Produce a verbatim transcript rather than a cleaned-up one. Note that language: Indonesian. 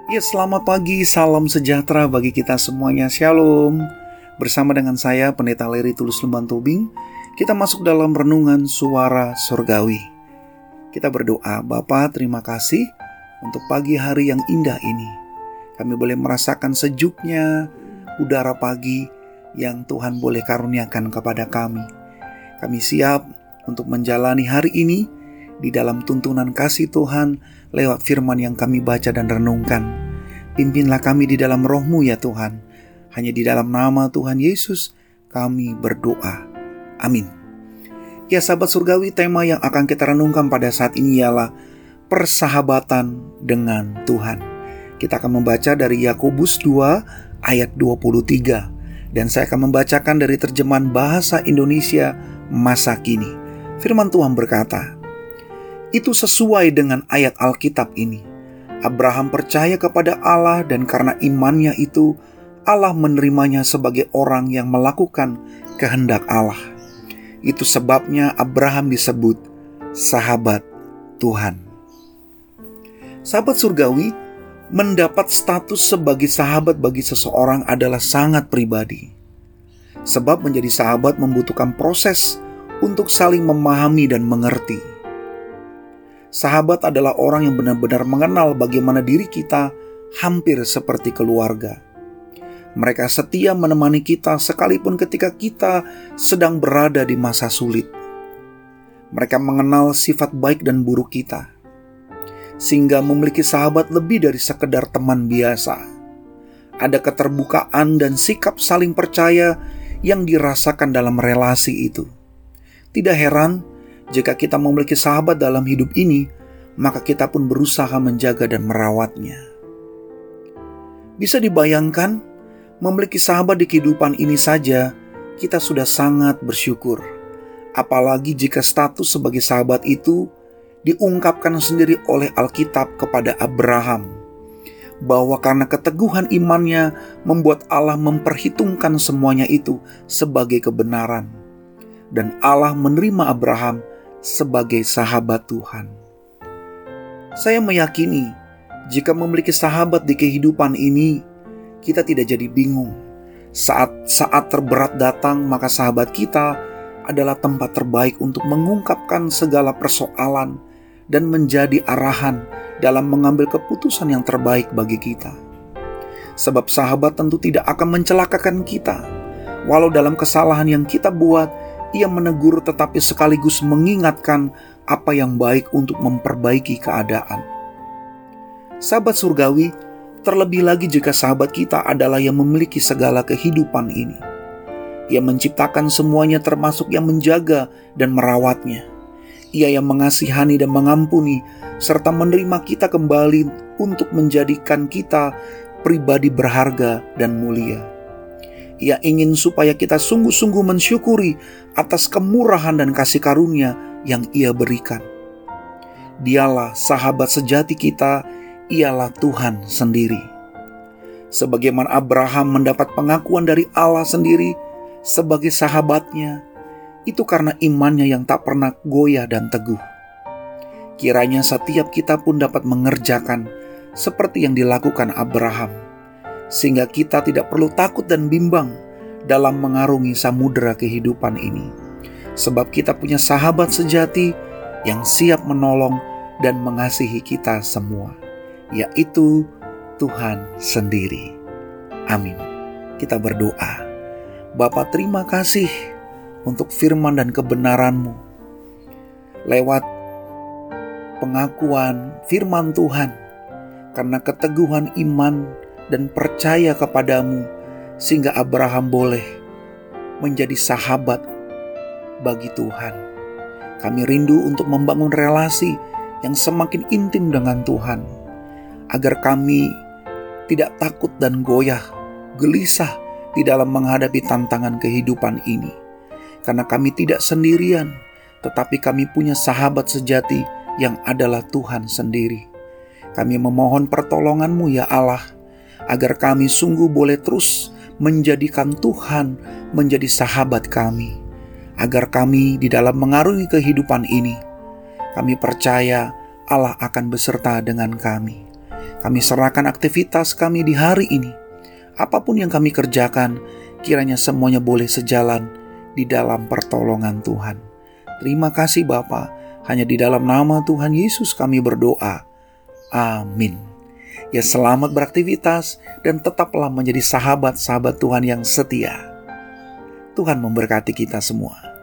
Ya, selamat pagi, salam sejahtera bagi kita semuanya. Shalom. Bersama dengan saya, Pendeta Leri Tulus Lemban Tobing, kita masuk dalam renungan suara surgawi. Kita berdoa, Bapa, terima kasih untuk pagi hari yang indah ini. Kami boleh merasakan sejuknya udara pagi yang Tuhan boleh karuniakan kepada kami. Kami siap untuk menjalani hari ini di dalam tuntunan kasih Tuhan lewat firman yang kami baca dan renungkan. Pimpinlah kami di dalam roh-Mu ya Tuhan. Hanya di dalam nama Tuhan Yesus kami berdoa. Amin. Ya sahabat surgawi, tema yang akan kita renungkan pada saat ini ialah persahabatan dengan Tuhan. Kita akan membaca dari Yakobus dua ayat dua puluh tiga. Dan saya akan membacakan dari terjemahan bahasa Indonesia masa kini. Firman Tuhan berkata, itu sesuai dengan ayat Alkitab ini. Abraham percaya kepada Allah dan karena imannya itu, Allah menerimanya sebagai orang yang melakukan kehendak Allah. Itu sebabnya Abraham disebut sahabat Tuhan. Sahabat surgawi, mendapat status sebagai sahabat bagi seseorang adalah sangat pribadi. Sebab menjadi sahabat membutuhkan proses untuk saling memahami dan mengerti. Sahabat adalah orang yang benar-benar mengenal bagaimana diri kita hampir seperti keluarga. Mereka setia menemani kita sekalipun ketika kita sedang berada di masa sulit. Mereka mengenal sifat baik dan buruk kita, sehingga memiliki sahabat lebih dari sekedar teman biasa. Ada keterbukaan dan sikap saling percaya yang dirasakan dalam relasi itu. Tidak heran jika kita memiliki sahabat dalam hidup ini, maka kita pun berusaha menjaga dan merawatnya. Bisa dibayangkan, memiliki sahabat di kehidupan ini saja, kita sudah sangat bersyukur. Apalagi jika status sebagai sahabat itu diungkapkan sendiri oleh Alkitab kepada Abraham, bahwa karena keteguhan imannya membuat Allah memperhitungkan semuanya itu sebagai kebenaran. Dan Allah menerima Abraham sebagai sahabat Tuhan. Saya meyakini jika memiliki sahabat di kehidupan ini, kita tidak jadi bingung. Saat saat terberat datang, maka sahabat kita adalah tempat terbaik untuk mengungkapkan segala persoalan dan menjadi arahan dalam mengambil keputusan yang terbaik bagi kita. Sebab sahabat tentu tidak akan mencelakakan kita. Walau dalam kesalahan yang kita buat, ia menegur tetapi sekaligus mengingatkan apa yang baik untuk memperbaiki keadaan. Sahabat surgawi, terlebih lagi jika sahabat kita adalah yang memiliki segala kehidupan ini. Ia menciptakan semuanya termasuk yang menjaga dan merawatnya. Ia yang mengasihani dan mengampuni serta menerima kita kembali untuk menjadikan kita pribadi berharga dan mulia. Ia ingin supaya kita sungguh-sungguh mensyukuri atas kemurahan dan kasih karunia yang Ia berikan. Dialah sahabat sejati kita, ialah Tuhan sendiri. Sebagaimana Abraham mendapat pengakuan dari Allah sendiri sebagai sahabatnya, itu karena imannya yang tak pernah goyah dan teguh. Kiranya setiap kita pun dapat mengerjakan seperti yang dilakukan Abraham, sehingga kita tidak perlu takut dan bimbang dalam mengarungi samudera kehidupan ini. Sebab kita punya sahabat sejati yang siap menolong dan mengasihi kita semua, yaitu Tuhan sendiri. Amin. Kita berdoa. Bapa, terima kasih untuk firman dan kebenaran-Mu. Lewat pengakuan firman Tuhan, karena keteguhan iman dan percaya kepadamu, sehingga Abraham boleh menjadi sahabat bagi Tuhan. Kami rindu untuk membangun relasi yang semakin intim dengan Tuhan, agar kami tidak takut dan goyah, gelisah di dalam menghadapi tantangan kehidupan ini. Karena kami tidak sendirian, tetapi kami punya sahabat sejati yang adalah Tuhan sendiri. Kami memohon pertolongan-Mu ya Allah, agar kami sungguh boleh terus menjadikan Tuhan menjadi sahabat kami. Agar kami di dalam mengarungi kehidupan ini, kami percaya Allah akan beserta dengan kami. Kami serahkan aktivitas kami di hari ini. Apapun yang kami kerjakan, kiranya semuanya boleh sejalan di dalam pertolongan Tuhan. Terima kasih Bapa, hanya di dalam nama Tuhan Yesus kami berdoa. Amin. Ya, selamat beraktivitas dan tetaplah menjadi sahabat-sahabat Tuhan yang setia. Tuhan memberkati kita semua.